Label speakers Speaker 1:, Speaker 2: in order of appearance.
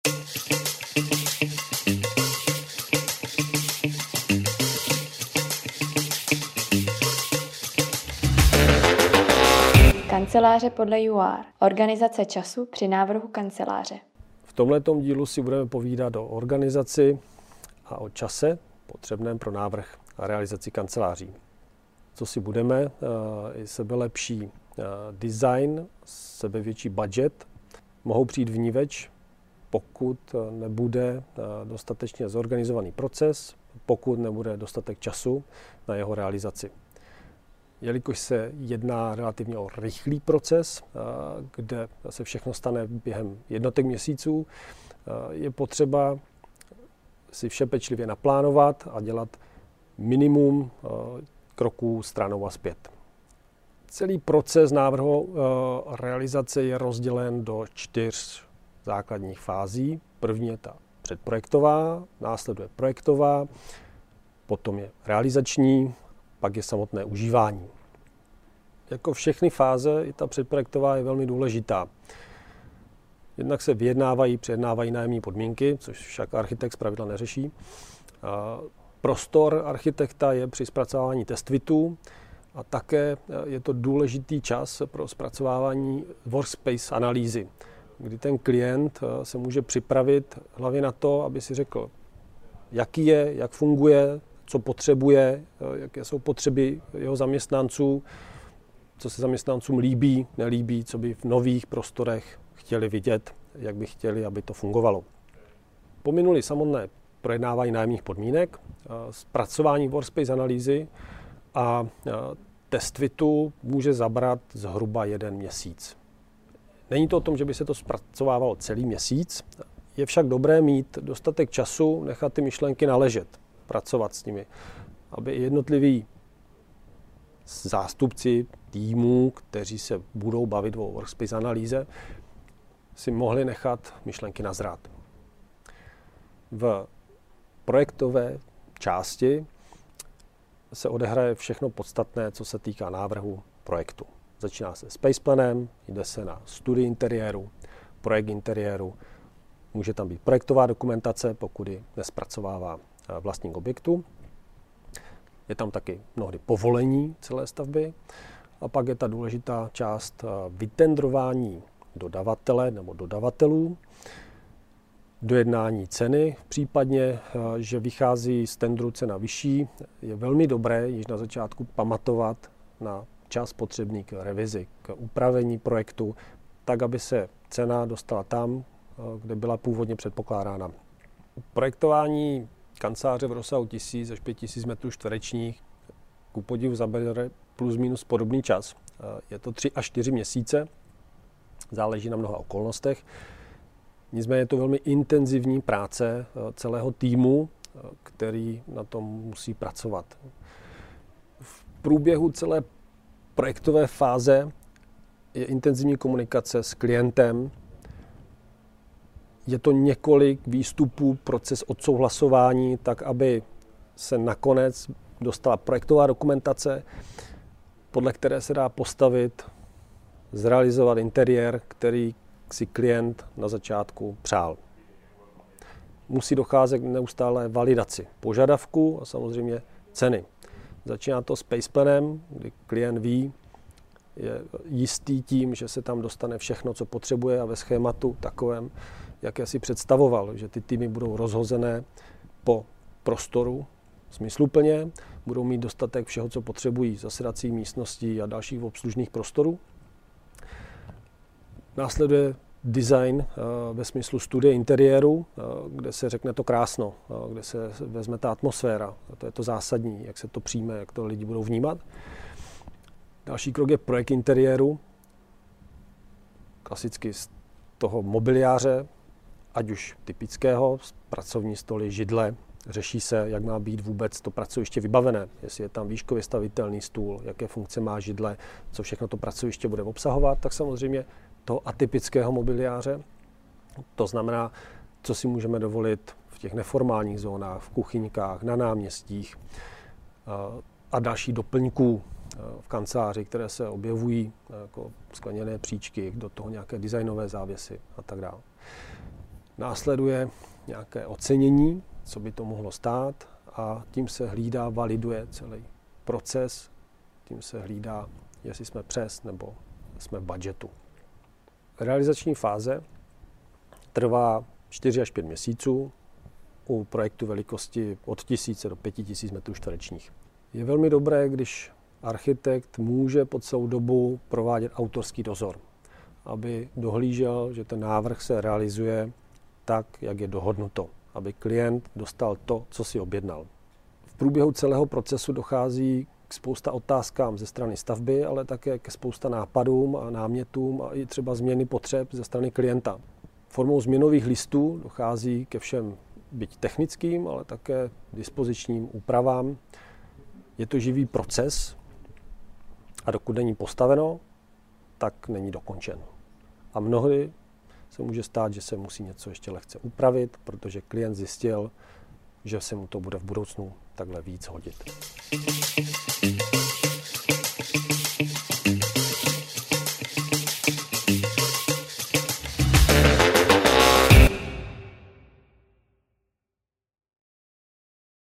Speaker 1: Kanceláře podle UR. Organizace času při návrhu kanceláře.
Speaker 2: V tomhletom dílu si budeme povídat o organizaci a o čase potřebném pro návrh a realizaci kanceláří. Co si budeme, sebelepší design, sebevětší budget mohou přijít vniveč, pokud nebude dostatečně zorganizovaný proces, pokud nebude dostatek času na jeho realizaci. Jelikož se jedná relativně o rychlý proces, kde se všechno stane během jednotek měsíců, je potřeba si vše pečlivě naplánovat a dělat minimum kroků stranou a zpět. Celý proces návrhu realizace je rozdělen do 4 základních fází. První je ta předprojektová, následuje projektová, potom je realizační, pak je samotné užívání. Jako všechny fáze, i ta předprojektová je velmi důležitá. Jednak se předjednávají nájemní podmínky, což však architekt zpravidla neřeší. Prostor architekta je při zpracování testvitů a také je to důležitý čas pro zpracovávání workspace analýzy, kdy ten klient se může připravit hlavně na to, aby si řekl, jaký je, jak funguje, co potřebuje, jaké jsou potřeby jeho zaměstnanců, co se zaměstnancům líbí, nelíbí, co by v nových prostorech chtěli vidět, jak by chtěli, aby to fungovalo. Pominuli samotné projednávání nájemních podmínek, zpracování workspace analýzy a testvitu může zabrat zhruba 1 měsíc. Není to o tom, že by se to zpracovávalo celý měsíc, je však dobré mít dostatek času, nechat ty myšlenky naležet, pracovat s nimi, aby jednotliví zástupci týmů, kteří se budou bavit o workspace analýze, si mohli nechat myšlenky nazrát. V projektové části se odehraje všechno podstatné, co se týká návrhu projektu. Začíná se spaceplanem, jde se na studii interiéru, projekt interiéru, může tam být projektová dokumentace, pokud ji nespracovává vlastník objektu. Je tam taky mnohdy povolení celé stavby a pak je ta důležitá část vytendrování dodavatele nebo dodavatelů, dojednání ceny. Případně, že vychází z tendru cena vyšší, je velmi dobré již na začátku pamatovat na čas potřebný k revizi, k upravení projektu, tak, aby se cena dostala tam, kde byla původně předpokládána. Projektování kanceláře v rozsahu 1000 až 5000 metrů čtverečních ku podivu zabere plus minus podobný čas. Je to 3 až 4 měsíce, záleží na mnoha okolnostech. Nicméně je to velmi intenzivní práce celého týmu, který na tom musí pracovat. V průběhu celé projektové fáze je intenzivní komunikace s klientem. Je to několik výstupů, proces odsouhlasování, tak aby se nakonec dostala projektová dokumentace, podle které se dá postavit, zrealizovat interiér, který si klient na začátku přál. Musí docházet k neustálé validaci požadavků a samozřejmě ceny. Začíná to spaceplanem, kdy klient ví, je jistý tím, že se tam dostane všechno, co potřebuje a ve schématu takovém, jak si představoval, že ty týmy budou rozhozené po prostoru smysluplně, budou mít dostatek všeho, co potřebují, zasedací místností a dalších obslužných prostorů. Následuje design ve smyslu studie interiéru, kde se řekne to krásno, kde se vezme ta atmosféra. To je to zásadní, jak se to přijme, jak to lidi budou vnímat. Další krok je projekt interiéru, klasicky z toho mobiliáře, ať už typického, pracovní stoly, židle, řeší se, jak má být vůbec to pracoviště vybavené, jestli je tam výškově stavitelný stůl, jaké funkce má židle, co všechno to pracoviště bude obsahovat, tak samozřejmě toho atypického mobiliáře, to znamená, co si můžeme dovolit v těch neformálních zónách, v kuchyňkách, na náměstích a další doplňků v kanceláři, které se objevují jako skleněné příčky, do toho nějaké designové závěsy a tak dále. Následuje nějaké ocenění, co by to mohlo stát, a tím se hlídá, validuje celý proces, tím se hlídá, jestli jsme přes nebo jsme v budgetu. Realizační fáze trvá 4 až 5 měsíců u projektu velikosti od 1000 do 5000 m². Je velmi dobré, když architekt může po celou dobu provádět autorský dozor, aby dohlížel, že ten návrh se realizuje tak, jak je dohodnuto, aby klient dostal to, co si objednal. V průběhu celého procesu dochází k spousta otázkám ze strany stavby, ale také ke spousta nápadům a námětům a i třeba změny potřeb ze strany klienta. Formou změnových listů dochází ke všem byť technickým, ale také dispozičním úpravám. Je to živý proces a dokud není postaveno, tak není dokončen. A mnohdy se může stát, že se musí něco ještě lehce upravit, protože klient zjistil, že se mu to bude v budoucnu takhle víc hodit.